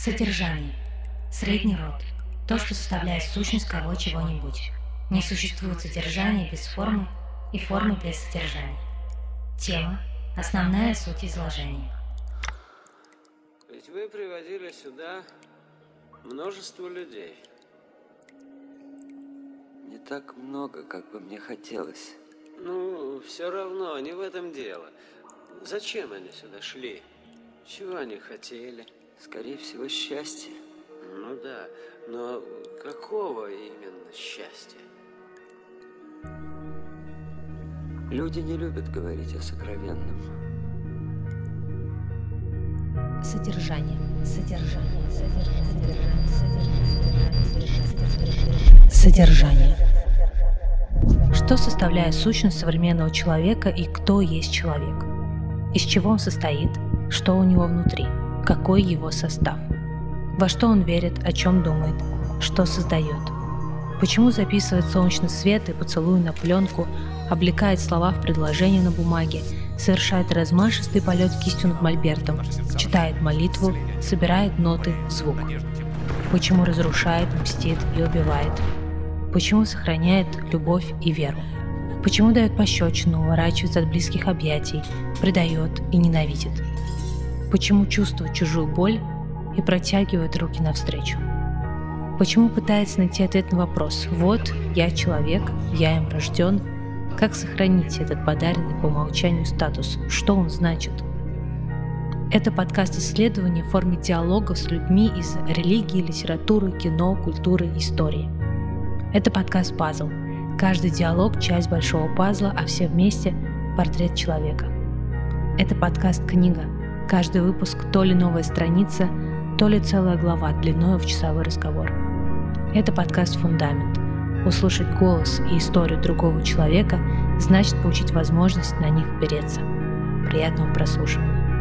Содержание. Средний род. То, что составляет сущность кого-чего-нибудь. Не существует содержания без формы и формы без содержания. Тема. Основная суть изложения. Ведь вы приводили сюда множество людей. Не так много, как бы мне хотелось. Ну, все равно, не в этом дело. Зачем они сюда шли? Чего они хотели? Скорее всего, счастье. Ну да, но какого именно счастья? Люди не любят говорить о сокровенном. Содержание. Содержание. Что составляет сущность современного человека и кто есть человек? Из чего он состоит? Что у него внутри? Какой его состав? Во что он верит, о чем думает? Что создает? Почему записывает солнечный свет и поцелуй на пленку, облекает слова в предложения на бумаге, совершает размашистый полет кистью над мольбертом, читает молитву, собирает ноты в звук? Почему разрушает, мстит и убивает? Почему сохраняет любовь и веру? Почему дает пощечину, уворачивается от близких объятий, предает и ненавидит? Почему чувствует чужую боль и протягивает руки навстречу? Почему пытается найти ответ на вопрос: вот, я человек, я им рожден, как сохранить этот подаренный по умолчанию статус, что он значит? Это подкаст исследования в форме диалогов с людьми из религии, литературы, кино, культуры, истории. Это подкаст «Пазл». Каждый диалог – часть большого пазла, а все вместе – портрет человека. Это подкаст «Книга». Каждый выпуск – то ли новая страница, то ли целая глава длиною в часовой разговор. Это подкаст «Фундамент». Услышать голос и историю другого человека значит получить возможность на них опереться. Приятного прослушивания.